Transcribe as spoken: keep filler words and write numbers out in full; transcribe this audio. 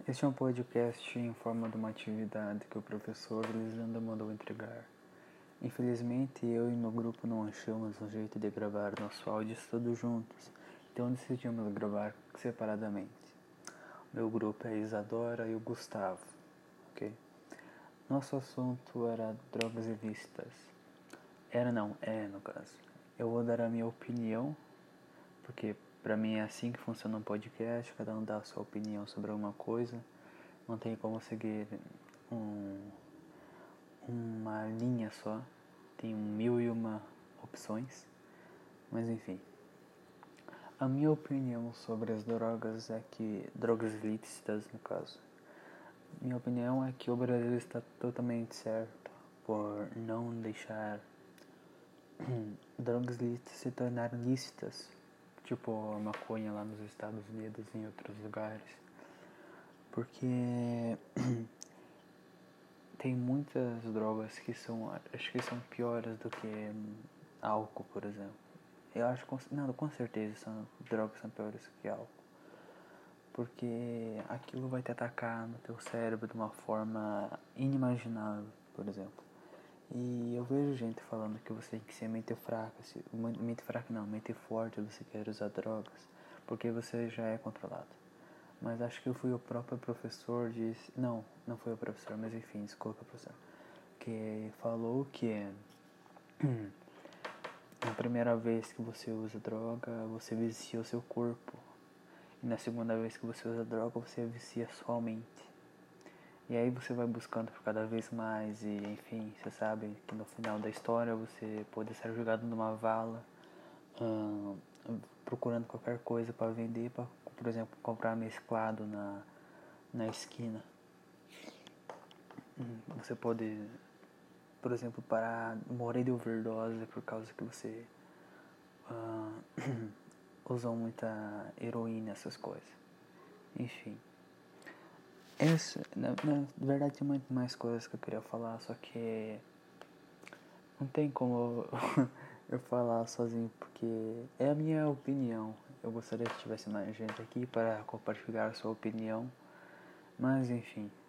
Este é um podcast em forma de uma atividade que o professor Lisandro mandou entregar. Infelizmente, eu e meu grupo não achamos um jeito de gravar nossos áudios todos juntos, então decidimos gravar separadamente. Meu grupo é a Isadora e o Gustavo, ok? Nosso assunto era drogas ilícitas. Era não, é no caso. Eu vou dar a minha opinião, porque pra mim é assim que funciona um podcast, cada um dá a sua opinião sobre alguma coisa. Não tem como seguir um, uma linha só, tem mil e uma opções, mas enfim. A minha opinião sobre as drogas é que, drogas ilícitas no caso, minha opinião é que o Brasil está totalmente certo por não deixar drogas ilícitas se tornarem lícitas, tipo a maconha lá nos Estados Unidos e em outros lugares, porque tem muitas drogas que são, acho que são piores do que álcool, por exemplo. Eu acho, não, com certeza são drogas são piores que álcool, porque aquilo vai te atacar no teu cérebro de uma forma inimaginável, por exemplo. E eu vejo gente falando que você tem que ser mente fraca, mente fraca não, mente forte, você quer usar drogas, porque você já é controlado. Mas acho que eu fui o próprio professor disse, não, não foi o professor, mas enfim, desculpa professor, que falou que na primeira vez que você usa droga, você vicia o seu corpo, e na segunda vez que você usa droga, você vicia sua mente. E aí você vai buscando por cada vez mais, e enfim, você sabe que no final da história você pode ser jogado numa vala, hum, procurando qualquer coisa para vender, pra, por exemplo, comprar mesclado na, na esquina. Você pode, por exemplo, parar, morrer de overdose por causa que você uh, usou muita heroína, essas coisas. Enfim. Essa, na, na verdade, tem muito mais coisas que eu queria falar, só que não tem como eu, eu falar sozinho, porque é a minha opinião. Eu gostaria que tivesse mais gente aqui para compartilhar a sua opinião, mas enfim.